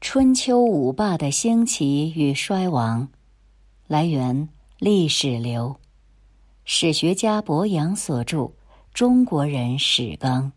春秋五霸的兴起与衰亡。来源：历史流，史学家博洋所著《中国人史纲》。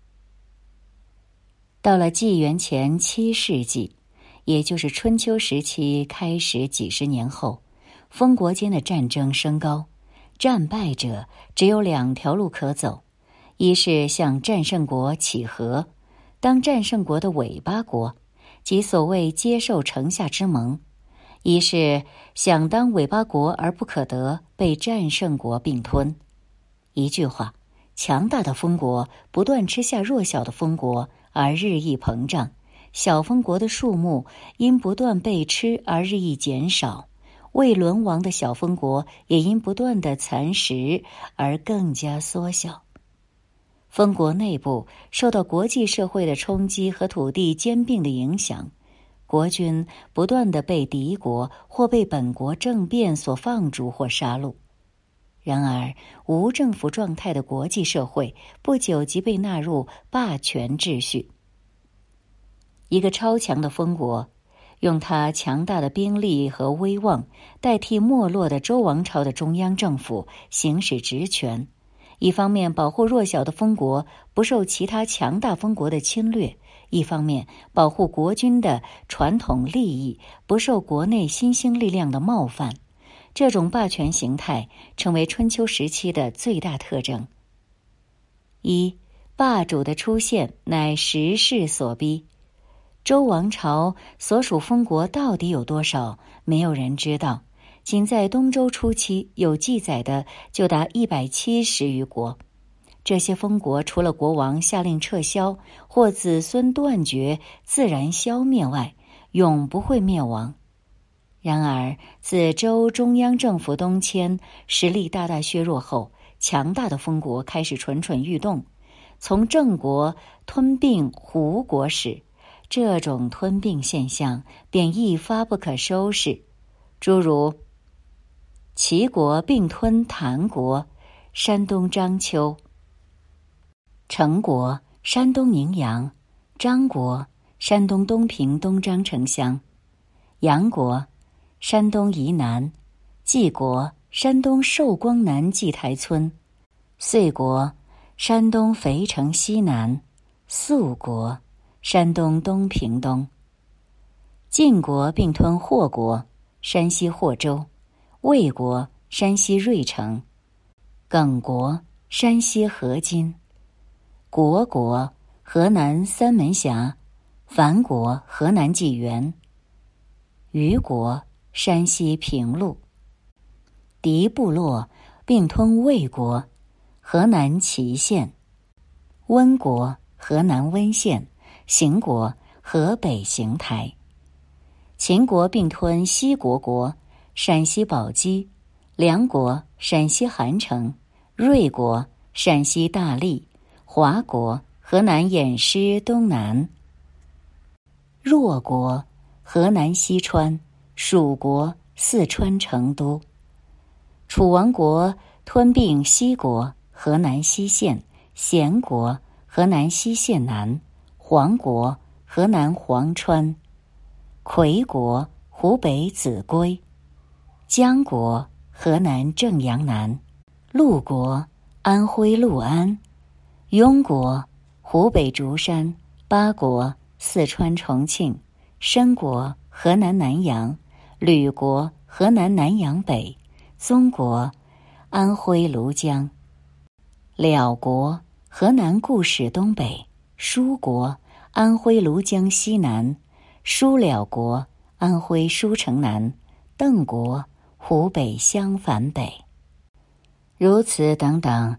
到了纪元前7世纪，也就是春秋时期开始几十年后，封国间的战争升高，战败者只有2条路可走：一是向战胜国乞和，当战胜国的尾巴国，即所谓接受城下之盟；一是想当尾巴国而不可得，被战胜国并吞。一句话，强大的封国不断吃下弱小的封国而日益膨胀，小封国的数目因不断被吃而日益减少，未沦亡的小封国也因不断的蚕食而更加缩小。封国内部受到国际社会的冲击和土地兼并的影响，国君不断地被敌国或被本国政变所放逐或杀戮。然而，无政府状态的国际社会不久即被纳入霸权秩序。一个超强的封国，用它强大的兵力和威望代替没落的周王朝的中央政府行使职权，一方面保护弱小的封国不受其他强大封国的侵略，一方面保护国君的传统利益不受国内新兴力量的冒犯。这种霸权形态成为春秋时期的最大特征。一，霸主的出现乃时势所逼。周王朝所属封国到底有多少，没有人知道。仅在东周初期有记载的就达170余国。这些封国除了国王下令撤销或子孙断绝自然消灭外，永不会灭亡。然而自周中央政府东迁，实力大大削弱后，强大的封国开始蠢蠢欲动，从郑国吞并胡国时，这种吞并现象便一发不可收拾。诸如齐国并吞谭国、山东章丘；成国山东宁阳；张国山东东平东张城乡；杨国山东沂南；纪国山东寿光南纪台村；遂国山东肥城西南；肃国山东东平东；晋国并吞霍国山西霍州；魏国山西芮城；耿国山西河津；国河南三门峡；樊国河南济源；虞国山西平陆；狄部落并吞魏国河南淇县；温国河南温县；邢国河北邢台；秦国并吞西国陕西宝鸡；梁国陕西韩城；芮国陕西大荔；华国河南偃师东南；弱国河南西川；蜀国四川成都；楚王国吞并西国河南西县；咸国河南西县南；黄国河南黄川；夔国湖北秭归；姜国河南正阳南；陆国安徽六安；雍国湖北竹山；巴国四川重庆；申国河南南阳；吕国河南南阳北；宗国安徽庐江；辽国河南固始东北；舒国安徽庐江西南；舒辽国安徽舒城南；邓国湖北襄樊北。如此等等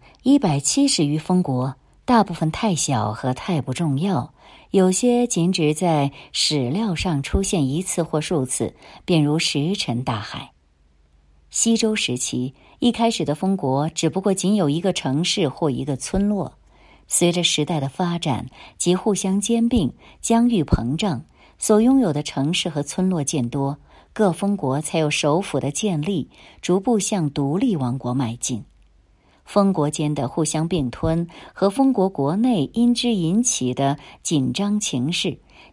170余封国，大部分太小和太不重要，有些仅只在史料上出现一次或数次，便如石沉大海。西周时期一开始的封国只不过仅有一个城市或一个村落，随着时代的发展及互相兼并、疆域膨胀，所拥有的城市和村落渐多，各封国才有首府的建立，逐步向独立王国迈进。封国间的互相并吞和封国国内因之引起的紧张情势，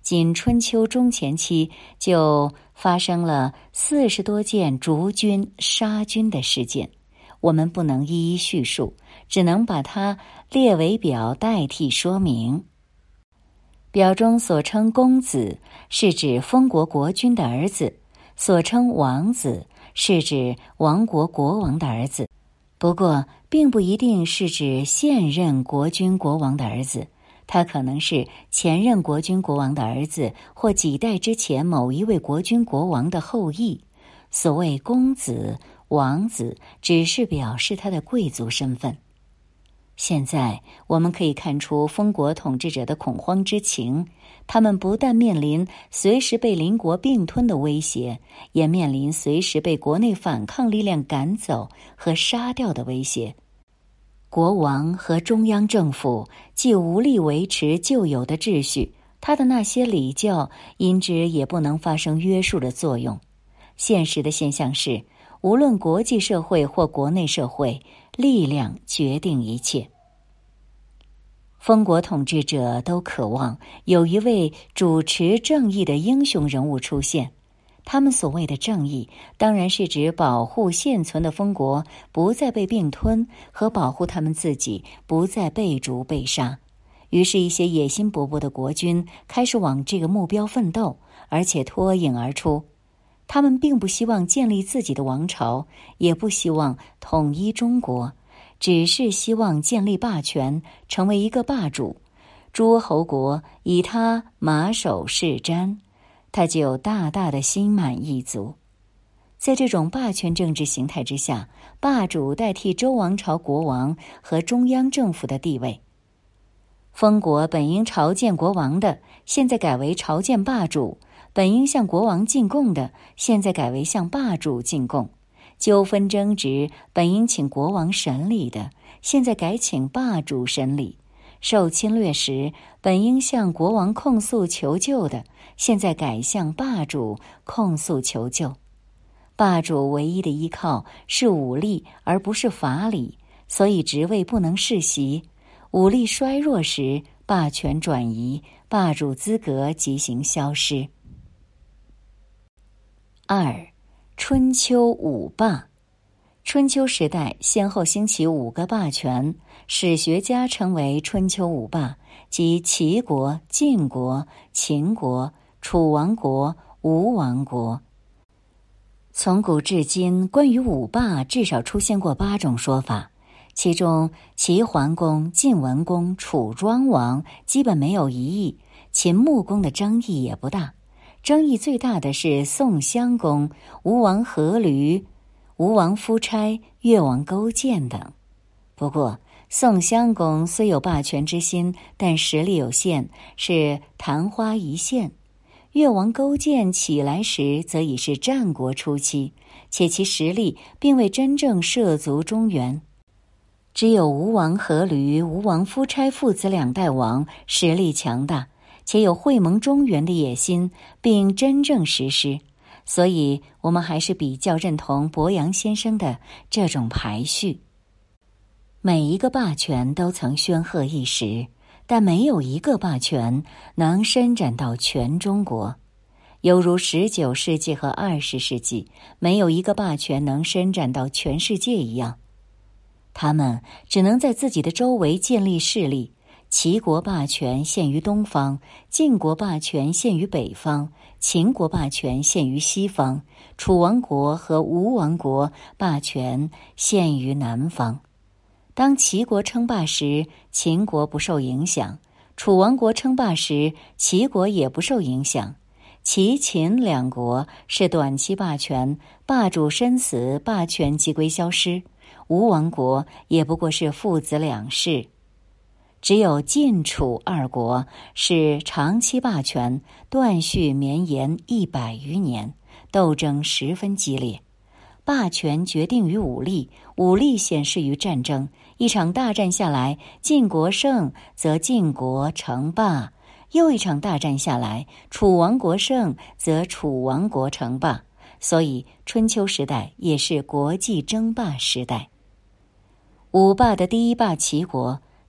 仅春秋中前期就发生了40多件逐军杀军的事件，我们不能一一叙述，只能把它列为表代替说明。表中所称公子，是指封国国君的儿子；所称王子，是指亡国国王的儿子。不过，并不一定是指现任国君国王的儿子，他可能是前任国君国王的儿子，或几代之前某一位国君国王的后裔。所谓公子、王子，只是表示他的贵族身份。现在我们可以看出封国统治者的恐慌之情，他们不但面临随时被邻国并吞的威胁，也面临随时被国内反抗力量赶走和杀掉的威胁。国王和中央政府既无力维持旧有的秩序，他的那些礼教因之也不能发生约束的作用。现实的现象是，无论国际社会或国内社会，力量决定一切。封国统治者都渴望有一位主持正义的英雄人物出现。他们所谓的正义，当然是指保护现存的封国不再被并吞，和保护他们自己不再被逐被杀。于是，一些野心勃勃的国君开始往这个目标奋斗，而且脱颖而出。他们并不希望建立自己的王朝，也不希望统一中国，只是希望建立霸权，成为一个霸主。诸侯国以他马首是瞻，他就大大的心满意足。在这种霸权政治形态之下，霸主代替周王朝国王和中央政府的地位。封国本应朝见国王的，现在改为朝见霸主；本应向国王进贡的，现在改为向霸主进贡；纠纷争执本应请国王审理的，现在改请霸主审理；受侵略时本应向国王控诉求救的，现在改向霸主控诉求救。霸主唯一的依靠是武力，而不是法理，所以职位不能世袭。武力衰弱时，霸权转移，霸主资格即行消失。2. 春秋五霸。春秋时代先后兴起5个霸权，史学家称为春秋五霸，即齐国、晋国、秦国、楚王国、吴王国。从古至今，关于五霸至少出现过8种说法，其中齐桓公、晋文公、楚庄王基本没有疑义，秦穆公的争议也不大。争议最大的是宋襄公、吴王阖闾、吴王夫差、越王勾践等。不过，宋襄公虽有霸权之心，但实力有限，是昙花一现。越王勾践起来时，则已是战国初期，且其实力并未真正涉足中原。只有吴王阖闾、吴王夫差父子2代王实力强大，且有会盟中原的野心，并真正实施。所以我们还是比较认同伯阳先生的这种排序。每一个霸权都曾煊赫一时，但没有一个霸权能伸展到全中国，犹如19世纪和20世纪没有一个霸权能伸展到全世界一样。他们只能在自己的周围建立势力，齐国霸权限于东方，晋国霸权限于北方，秦国霸权限于西方，楚王国和吴王国霸权限于南方。当齐国称霸时，秦国不受影响；楚王国称霸时，齐国也不受影响。齐秦2国是短期霸权，霸主身死，霸权即归消失。吴王国也不过是父子2世。只有晋楚2国是长期霸权，断续绵延100余年，斗争十分激烈。霸权决定于武力，武力显示于战争。一场大战下来，晋国胜，则晋国成霸；又一场大战下来，楚王国胜，则楚王国成霸。所以春秋时代也是国际争霸时代。五霸的第一霸齐国，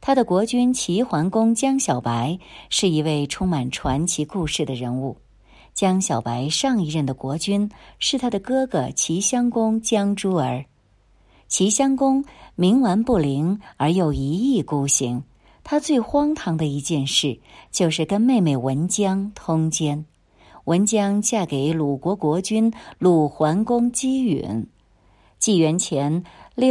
他的国君齐桓公江小白是一位充满传奇故事的人物。江小白上一任的国君是他的哥哥齐襄公江珠儿。齐襄公冥顽不灵而又一意孤行，他最荒唐的一件事就是跟妹妹文姜通奸。文姜嫁给鲁国国君鲁桓公姬允。纪元前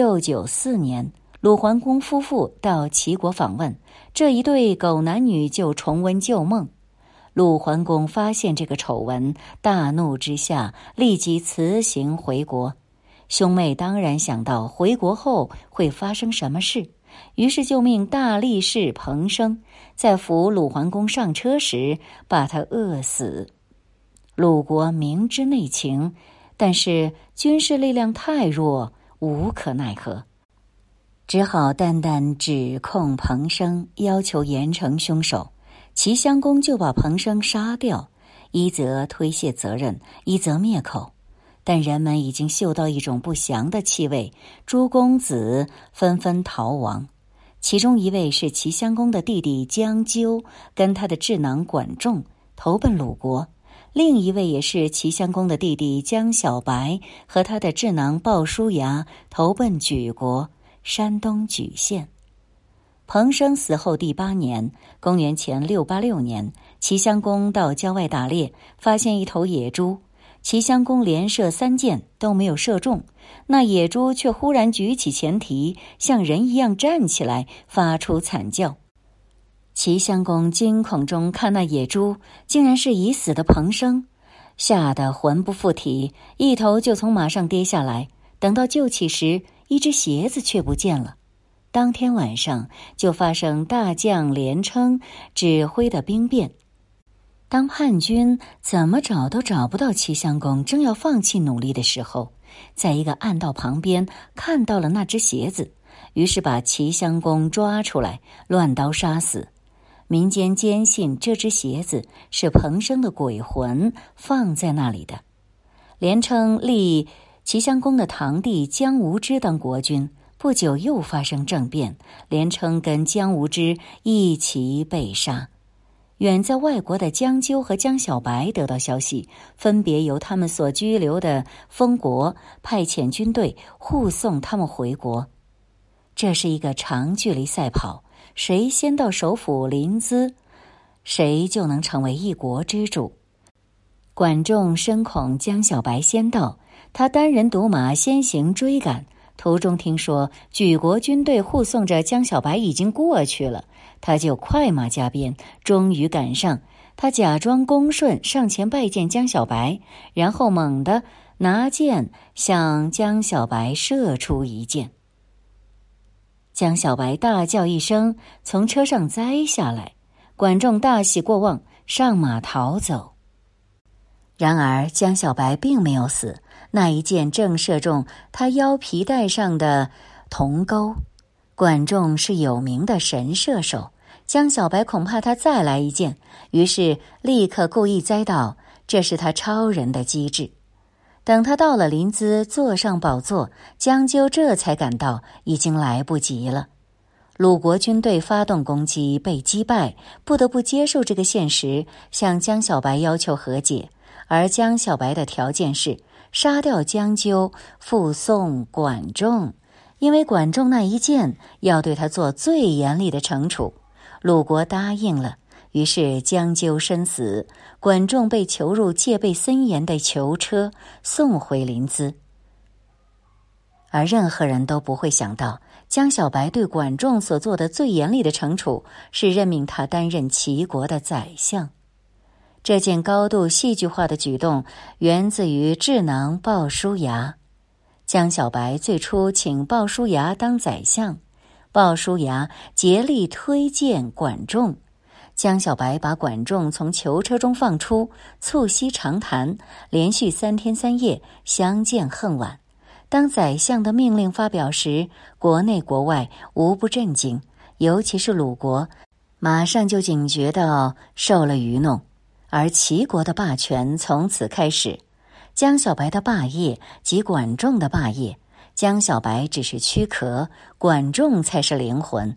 694年，鲁桓公夫妇到齐国访问，这一对狗男女就重温旧梦。鲁桓公发现这个丑闻，大怒之下立即辞行回国。兄妹当然想到回国后会发生什么事，于是就命大力士彭生在扶鲁桓公上车时把他饿死。鲁国明知内情，但是军事力量太弱，无可奈何，只好单单指控彭生，要求严惩凶手。齐襄公就把彭生杀掉，一则推卸责任，一则灭口。但人们已经嗅到一种不祥的气味，诸公子纷纷逃亡。其中一位是齐襄公的弟弟姜纠，跟他的智囊管仲投奔鲁国；另一位也是齐襄公的弟弟江小白和他的智囊鲍叔牙投奔莒国，山东莒县。彭生死后第8年，公元前686年，齐襄公到郊外打猎，发现一头野猪。齐襄公连射3箭都没有射中，那野猪却忽然举起前蹄，像人一样站起来，发出惨叫。齐襄公惊恐中看那野猪竟然是已死的彭生，吓得魂不附体，一头就从马上跌下来。等到救起时，一只鞋子却不见了。当天晚上就发生大将连称指挥的兵变。当叛军怎么找都找不到齐襄公，正要放弃努力的时候，在一个暗道旁边看到了那只鞋子，于是把齐襄公抓出来，乱刀杀死。民间坚信这只鞋子是彭生的鬼魂放在那里的。连称立齐襄公的堂弟姜无之当国君，不久又发生政变，连称跟姜无之一起被杀。远在外国的姜纠和江小白得到消息，分别由他们所居留的封国派遣军队护送他们回国。这是一个长距离赛跑，谁先到首府临淄，谁就能成为一国之主。管仲深恐江小白先到，他单人独马先行追赶，途中听说莒国军队护送着江小白已经过去了，他就快马加鞭，终于赶上。他假装恭顺上前拜见江小白，然后猛地拿箭向江小白射出一箭。江小白大叫一声，从车上栽下来。管仲大喜过望，上马逃走。然而江小白并没有死，那一箭正射中他腰皮带上的铜钩。管仲是有名的神射手，江小白恐怕他再来一箭，于是立刻故意栽倒，这是他超人的机智。等他到了临淄，坐上宝座，姜纠这才赶到，已经来不及了。鲁国军队发动攻击，被击败，不得不接受这个现实，向江小白要求和解。而江小白的条件是杀掉姜纠，附送管仲，因为管仲那一箭要对他做最严厉的惩处。鲁国答应了，于是姜纠身死，管仲被囚入戒备森严的囚车，送回临淄。而任何人都不会想到，江小白对管仲所做的最严厉的惩处是任命他担任齐国的宰相。这件高度戏剧化的举动源自于智囊鲍叔牙。江小白最初请鲍叔牙当宰相，鲍叔牙竭力推荐管仲。江小白把管仲从囚车中放出，促膝长谈，连续3天3夜，相见恨晚。当宰相的命令发表时，国内国外无不震惊，尤其是鲁国，马上就警觉到受了愚弄。而齐国的霸权从此开始，江小白的霸业及管仲的霸业，江小白只是躯壳，管仲才是灵魂。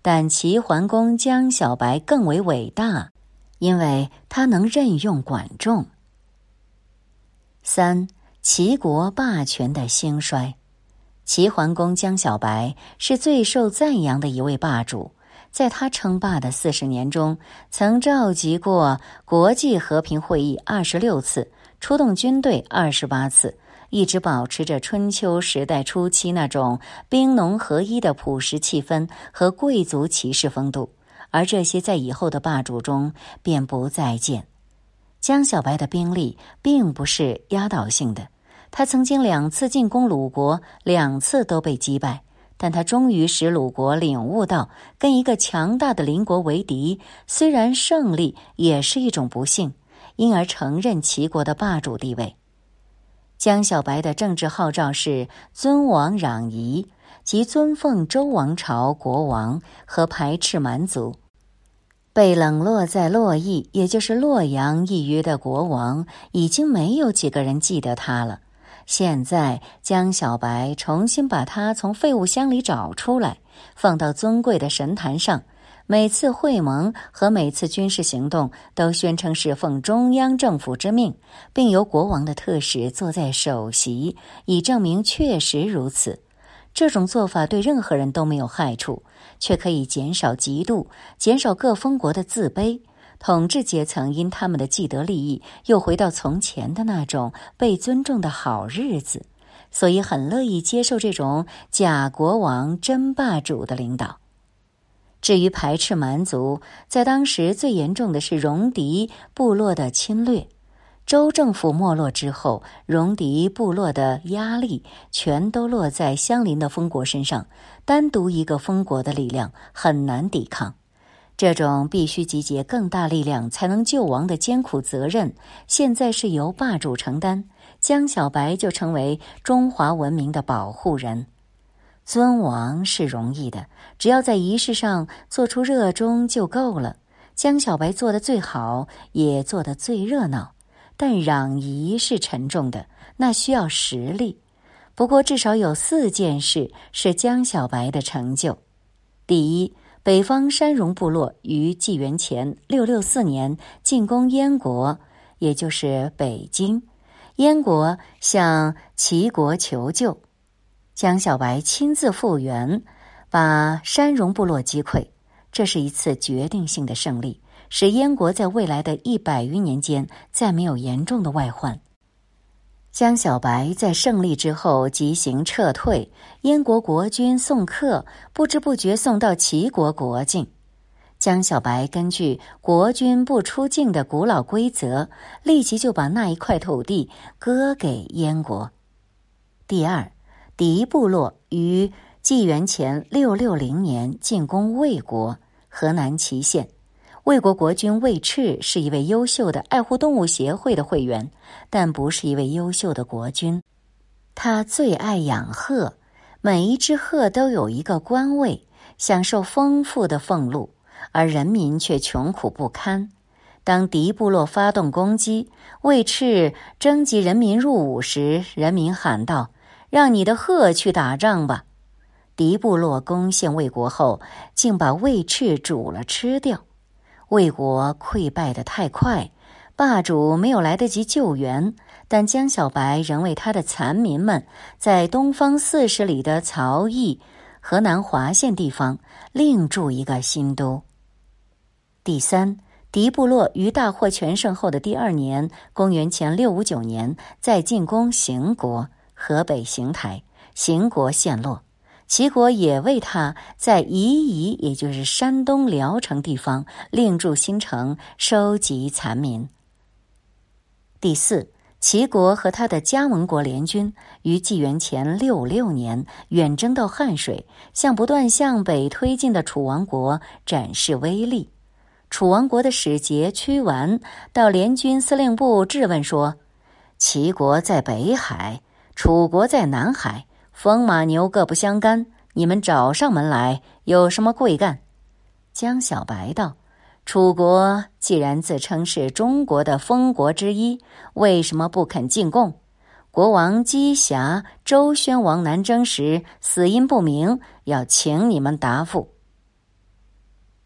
但齐桓公江小白更为伟大，因为他能任用管仲。3. 齐国霸权的兴衰。齐桓公江小白是最受赞扬的一位霸主，在他称霸的40年中，曾召集过国际和平会议26次，出动军队28次，一直保持着春秋时代初期那种兵农合一的朴实气氛和贵族骑士风度，而这些在以后的霸主中便不再见。江小白的兵力并不是压倒性的，他曾经2次进攻鲁国，2次都被击败，但他终于使鲁国领悟到，跟一个强大的邻国为敌，虽然胜利也是一种不幸，因而承认齐国的霸主地位。江小白的政治号召是尊王攘夷，即尊奉周王朝国王和排斥蛮族。被冷落在洛邑，也就是洛阳一隅的国王，已经没有几个人记得他了。现在江小白重新把他从废物箱里找出来，放到尊贵的神坛上，每次会盟和每次军事行动都宣称是奉中央政府之命，并由国王的特使坐在首席，以证明确实如此。这种做法对任何人都没有害处，却可以减少嫉妒，减少各封国的自卑。统治阶层因他们的既得利益又回到从前的那种被尊重的好日子，所以很乐意接受这种假国王真霸主的领导。至于排斥蛮族，在当时最严重的是戎狄部落的侵略。周政府没落之后，戎狄部落的压力全都落在相邻的封国身上，单独一个封国的力量很难抵抗。这种必须集结更大力量才能救亡的艰苦责任，现在是由霸主承担，江小白就成为中华文明的保护人。尊王是容易的，只要在仪式上做出热衷就够了。江小白做得最好，也做得最热闹。但攘夷是沉重的，那需要实力。不过至少有4件事是江小白的成就。第一，北方山戎部落于纪元前664年进攻燕国，也就是北京。燕国向齐国求救，江小白亲自复原，把山戎部落击溃。这是一次决定性的胜利，使燕国在未来的100余年间再没有严重的外患。江小白在胜利之后即行撤退，燕国国君送客，不知不觉送到齐国国境。江小白根据国君不出境的古老规则，立即就把那一块土地割给燕国。第二，狄部落于纪元前660年进攻魏国，河南淇县。魏国国君魏赤是一位优秀的爱护动物协会的会员，但不是一位优秀的国君。他最爱养鹤，每一只鹤都有一个官位，享受丰富的俸禄，而人民却穷苦不堪。当狄部落发动攻击，魏赤征集人民入伍时，人民喊道：“让你的鹤去打仗吧！”狄部落攻陷魏国后，竟把魏赤煮了吃掉。魏国溃败得太快，霸主没有来得及救援，但江小白仍为他的残民们在东方40里的曹邑（河南滑县地方）另筑一个新都。第三，狄部落于大获全胜后的第2年，公元前659年，再进攻邢国（河北邢台），邢国陷落。齐国也为他在夷夷，也就是山东聊城地方另筑新城，收集残民。第四，齐国和他的加盟国联军于纪元前656年远征到汉水，向不断向北推进的楚王国展示威力。楚王国的使节屈完到联军司令部质问说：“齐国在北海，楚国在南海，风马牛各不相干，你们找上门来，有什么贵干？”江小白道：“楚国既然自称是中国的封国之一，为什么不肯进贡？国王姬瑕、周宣王南征时死因不明，要请你们答复。”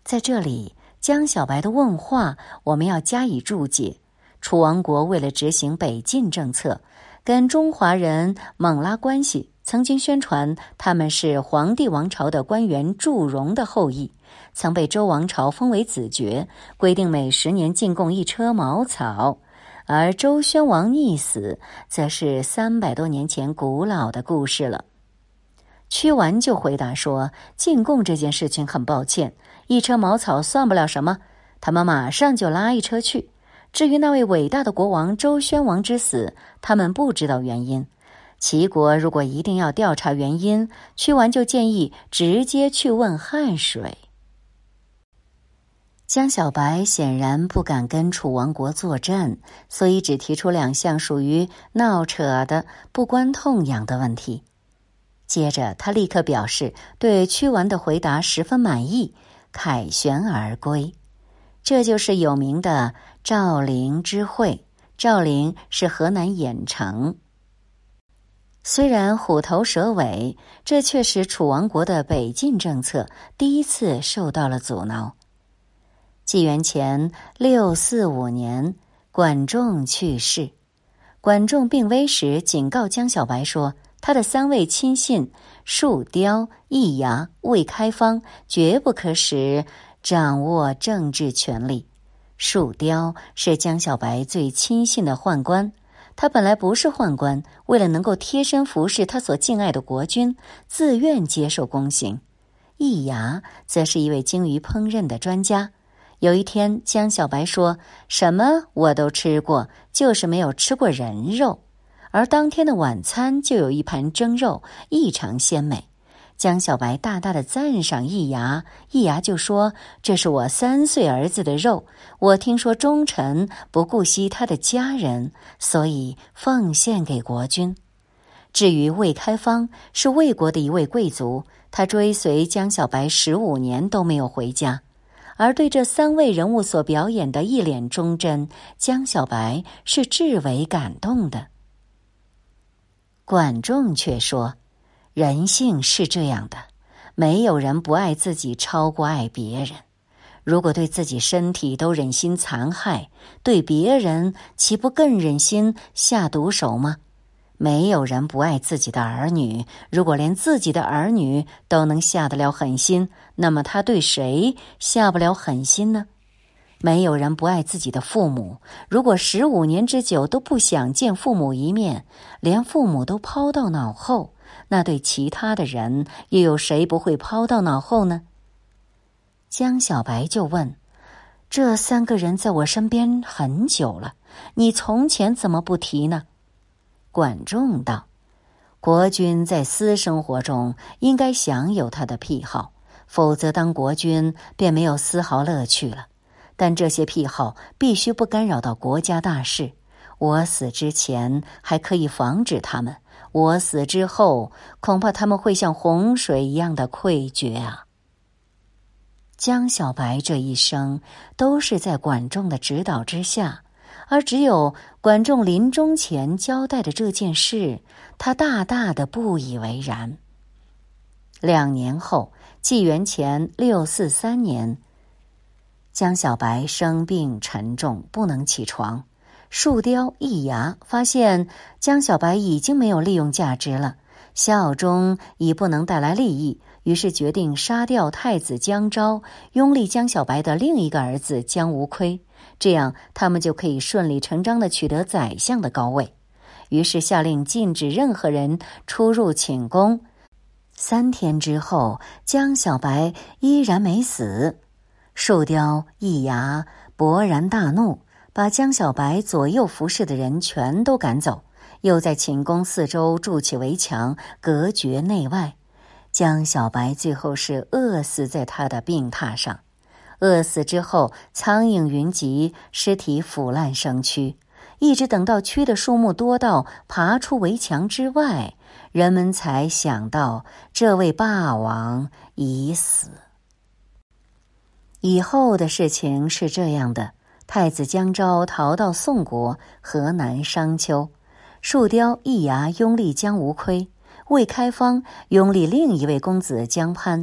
在这里，江小白的问话我们要加以注解。楚王国为了执行北进政策，跟中华人猛拉关系，曾经宣传他们是黄帝王朝的官员祝融的后裔，曾被周王朝封为子爵，规定每10年进贡1车茅草。而周宣王溺死，则是300多年前古老的故事了。屈完就回答说，进贡这件事情很抱歉，1车茅草算不了什么，他们马上就拉1车去。至于那位伟大的国王周宣王之死，他们不知道原因。齐国如果一定要调查原因，屈完就建议直接去问汉水。江小白显然不敢跟楚王国作阵，所以只提出2项属于闹扯的、不关痛痒的问题。接着他立刻表示对屈完的回答十分满意，凯旋而归。这就是有名的赵陵之会。赵陵是河南兖城。虽然虎头蛇尾，这却使楚王国的北进政策第一次受到了阻挠。纪元前645年，管仲去世。管仲病危时警告江小白说，他的3位亲信树雕、易牙、魏开方绝不可使掌握政治权力。树雕是江小白最亲信的宦官，他本来不是宦官，为了能够贴身服侍他所敬爱的国君，自愿接受宫刑。易牙则是一位精于烹饪的专家。有一天，江小白说，什么我都吃过，就是没有吃过人肉。而当天的晚餐就有一盘蒸肉，异常鲜美。江小白大大的赞赏易牙，易牙就说，这是我3岁儿子的肉，我听说忠臣不顾惜他的家人，所以奉献给国君。至于魏开方，是魏国的一位贵族，他追随江小白15年都没有回家。而对这3位人物所表演的一脸忠贞，江小白是至为感动的。管仲却说，人性是这样的，没有人不爱自己超过爱别人。如果对自己身体都忍心残害，对别人岂不更忍心下毒手吗？没有人不爱自己的儿女，如果连自己的儿女都能下得了狠心，那么他对谁下不了狠心呢？没有人不爱自己的父母，如果15年之久都不想见父母一面，连父母都抛到脑后，那对其他的人又有谁不会抛到脑后呢？江小白就问，这3个人在我身边很久了，你从前怎么不提呢？管仲道，国君在私生活中应该享有他的癖好，否则当国君便没有丝毫乐趣了。但这些癖好必须不干扰到国家大事，我死之前还可以防止他们，我死之后恐怕他们会像洪水一样的溃决啊。江小白这一生都是在管仲的指导之下，而只有管仲临终前交代的这件事，他大大的不以为然。2年后，纪元前643年，江小白生病沉重，不能起床。树雕、易牙发现江小白已经没有利用价值了，效忠已不能带来利益，于是决定杀掉太子姜昭，拥立江小白的另一个儿子姜无亏，这样他们就可以顺理成章地取得宰相的高位。于是下令禁止任何人出入寝宫。3天之后，江小白依然没死。树雕、易牙勃然大怒，把江小白左右服侍的人全都赶走，又在寝宫4周筑起围墙，隔绝内外。江小白最后是饿死在他的病榻上。饿死之后，苍蝇云集，尸体腐烂生蛆，一直等到蛆的数目多到爬出围墙之外，人们才想到这位霸王已死。以后的事情是这样的，太子姜昭逃到宋国河南商丘，树雕、易牙拥立姜无亏，魏开方拥立另一位公子姜攀，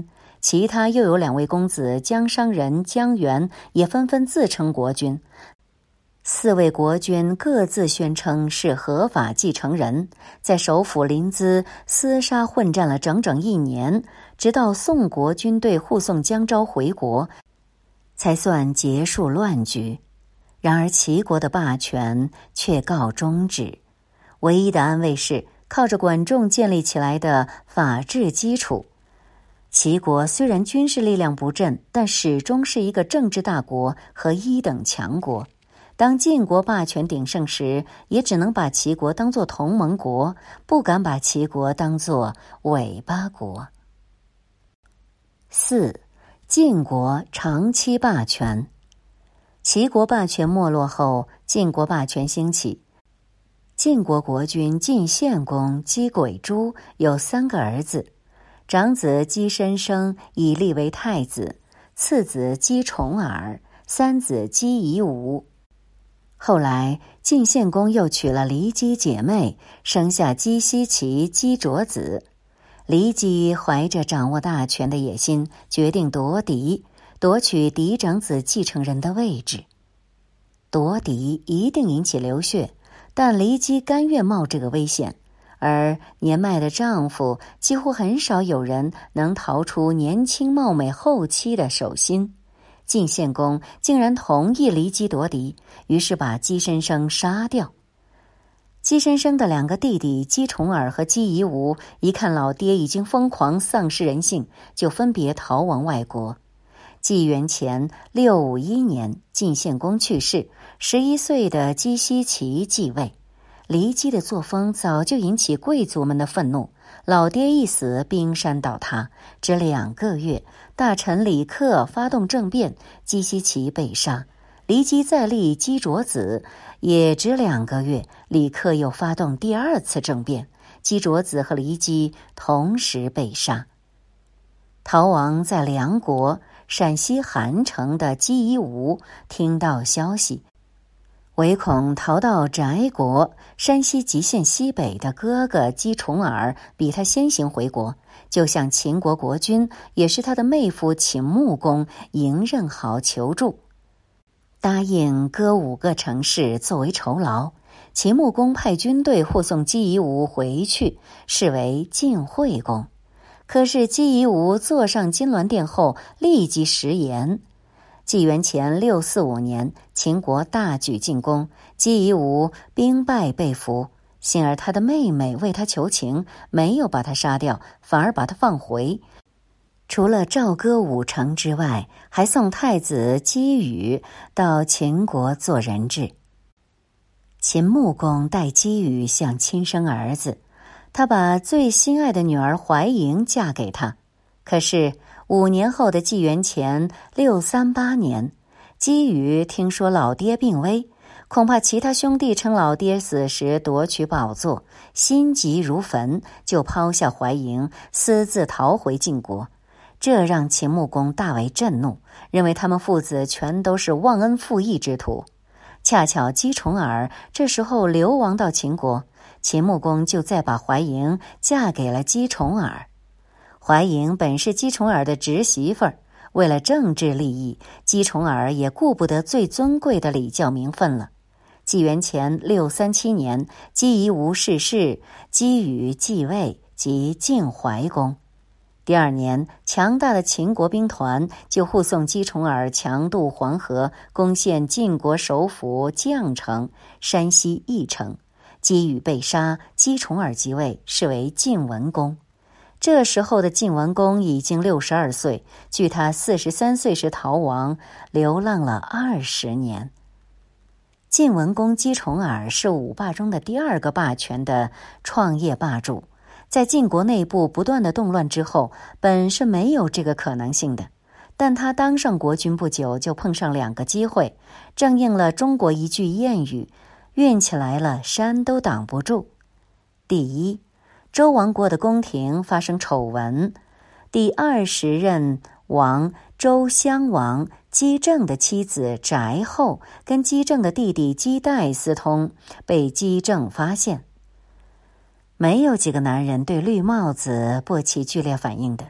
其他又有2位公子江商人、江源也纷纷自称国君。4位国君各自宣称是合法继承人，在首府临淄厮杀混战了整整1年，直到宋国军队护送江昭回国，才算结束乱局。然而齐国的霸权却告终止，唯一的安慰是靠着管仲建立起来的法治基础。齐国虽然军事力量不振，但始终是一个政治大国和1等强国。当晋国霸权鼎盛时，也只能把齐国当作同盟国，不敢把齐国当作尾巴国。4. 晋国长期霸权。齐国霸权没落后，晋国霸权兴起。晋国国君晋献公姬轨珠有3个儿子，长子姬申生以立为太子，次子姬重耳，三子姬夷吾。后来晋献公又娶了骊姬姐妹，生下姬奚齐、姬卓子。骊姬怀着掌握大权的野心，决定夺取嫡长子继承人的位置。夺嫡一定引起流血，但骊姬甘愿冒这个危险，而年迈的丈夫几乎很少有人能逃出年轻貌美后妻的手心。晋献公竟然同意骊姬夺嫡，于是把姬申生杀掉。姬申生的2个弟弟姬重耳和姬夷吾一看老爹已经疯狂丧失人性，就分别逃亡外国。纪元前651年，晋献公去世，11岁的姬奚齐继位。骊姬的作风早就引起贵族们的愤怒，老爹一死，冰山倒塌，只2个月，大臣李克发动政变，姬奚齐被杀。骊姬再立姬卓子，也只2个月，李克又发动第2次政变，姬卓子和骊姬同时被杀。逃亡在梁国陕西韩城的姬夷吾听到消息，唯恐逃到翟国山西吉县西北的哥哥姬重耳比他先行回国，就向秦国国君也是他的妹夫秦穆公嬴任好求助，答应割5个城市作为酬劳。秦穆公派军队护送姬夷吾回去，视为晋惠公。可是姬夷吾坐上金銮殿后立即食言。纪元前645年，秦国大举进攻，姬夷吾兵败被俘。幸而他的妹妹为他求情，没有把他杀掉，反而把他放回。除了赵歌5城之外，还送太子姬宇到秦国做人质。秦穆公待姬宇像亲生儿子，他把最心爱的女儿怀嬴嫁给他。可是5年后的纪元前638年，姬宇听说老爹病危，恐怕其他兄弟趁老爹死时夺取宝座，心急如焚，就抛下怀嬴，私自逃回晋国。这让秦穆公大为震怒，认为他们父子全都是忘恩负义之徒。恰巧姬重耳这时候流亡到秦国，秦穆公就再把怀嬴嫁给了姬重耳。怀嬴本是姬重耳的侄媳妇儿，为了政治利益，姬重耳也顾不得最尊贵的礼教名分了。纪元前637年，姬夷吾逝世，姬宇继位，即晋怀公。第2年，强大的秦国兵团就护送姬重耳强渡黄河，攻陷晋国首府绛城（山西翼城）。姬宇被杀，姬重耳即位，是为晋文公。这时候的晋文公已经62岁，距他43岁时逃亡，流浪了20年。晋文公姬重耳是5霸中的第2个霸权的创业霸主。在晋国内部不断的动乱之后，本是没有这个可能性的，但他当上国君不久，就碰上2个机会，正应了中国一句谚语：运气来了，山都挡不住。第一，周王国的宫廷发生丑闻，第20任王周襄王姬政的妻子翟后跟姬政的弟弟姬代私通，被姬政发现。没有几个男人对绿帽子不起剧烈反应的，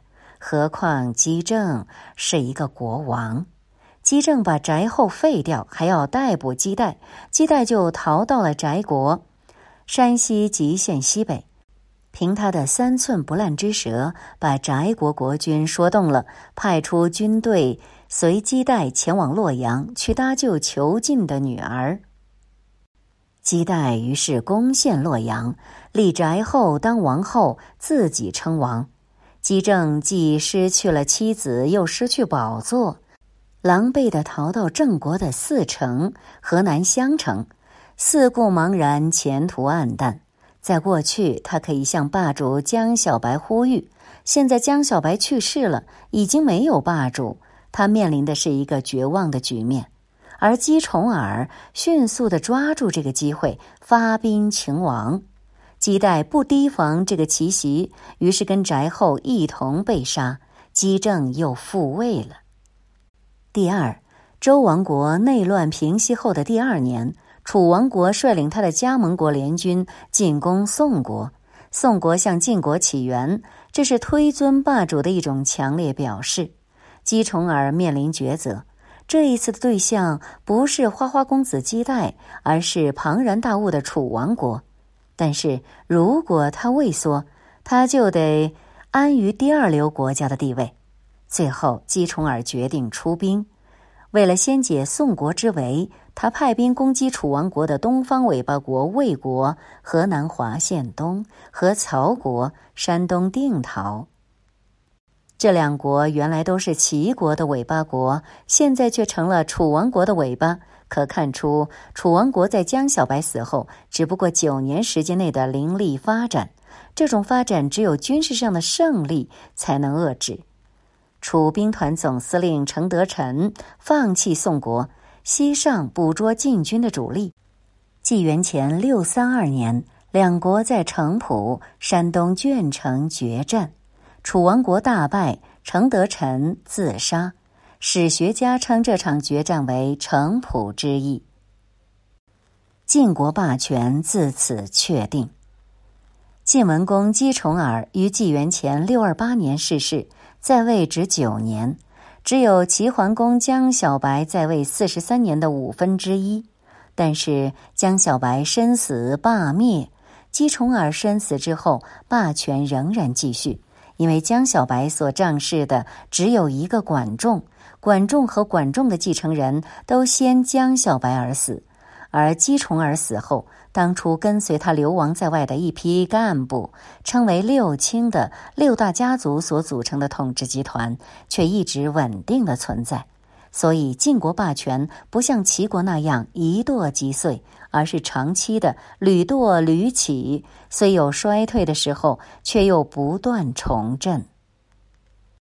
何况姬政是一个国王。姬政把翟后废掉，还要逮捕姬代，姬代就逃到了翟国，山西吉县西北。凭他的3寸不烂之舌，把翟国国君说动了，派出军队随姬代前往洛阳，去搭救囚禁的女儿。姬代于是攻陷洛阳，立翟后当王后，自己称王。姬政既失去了妻子，又失去宝座，狼狈地逃到郑国的泗城、河南襄城，四顾茫然，前途暗淡。在过去，他可以向霸主江小白呼吁，现在江小白去世了，已经没有霸主，他面临的是一个绝望的局面。而姬重耳迅速地抓住这个机会，发兵擒王。姬代不提防这个奇袭，于是跟翟后一同被杀，姬政又复位了。第二，周王国内乱平息后的第2年，楚王国率领他的加盟国联军进攻宋国。宋国向晋国起源，这是推尊霸主的一种强烈表示。姬重耳面临抉择，这一次的对象不是花花公子姬代，而是庞然大物的楚王国。但是如果他畏缩，他就得安于第2流国家的地位。最后姬重耳决定出兵，为了先解宋国之围，他派兵攻击楚王国的东方尾巴国魏国、河南滑县东和曹国、山东定陶。这2国原来都是齐国的尾巴国，现在却成了楚王国的尾巴。可看出，楚王国在江小白死后只不过9年时间内的凌厉发展，这种发展只有军事上的胜利才能遏制。楚兵团总司令程德臣放弃宋国，西上捕捉晋军的主力。纪元前632年，2国在城濮（山东鄄城）决战，楚王国大败，程德臣自杀。史学家称这场决战为城濮之役。晋国霸权自此确定。晋文公姬重耳于纪元前628年逝世，在位只9年，只有齐桓公江小白在位43年的1/5。但是江小白身死霸灭，姬重耳身死之后，霸权仍然继续，因为江小白所仗势的只有一个管仲，管仲和管仲的继承人都先江小白而死。而姬重耳死后，当初跟随他流亡在外的一批干部，称为6卿的6大家族所组成的统治集团，却一直稳定的存在。所以晋国霸权不像齐国那样一堕即碎，而是长期的屡堕屡起，虽有衰退的时候，却又不断重振。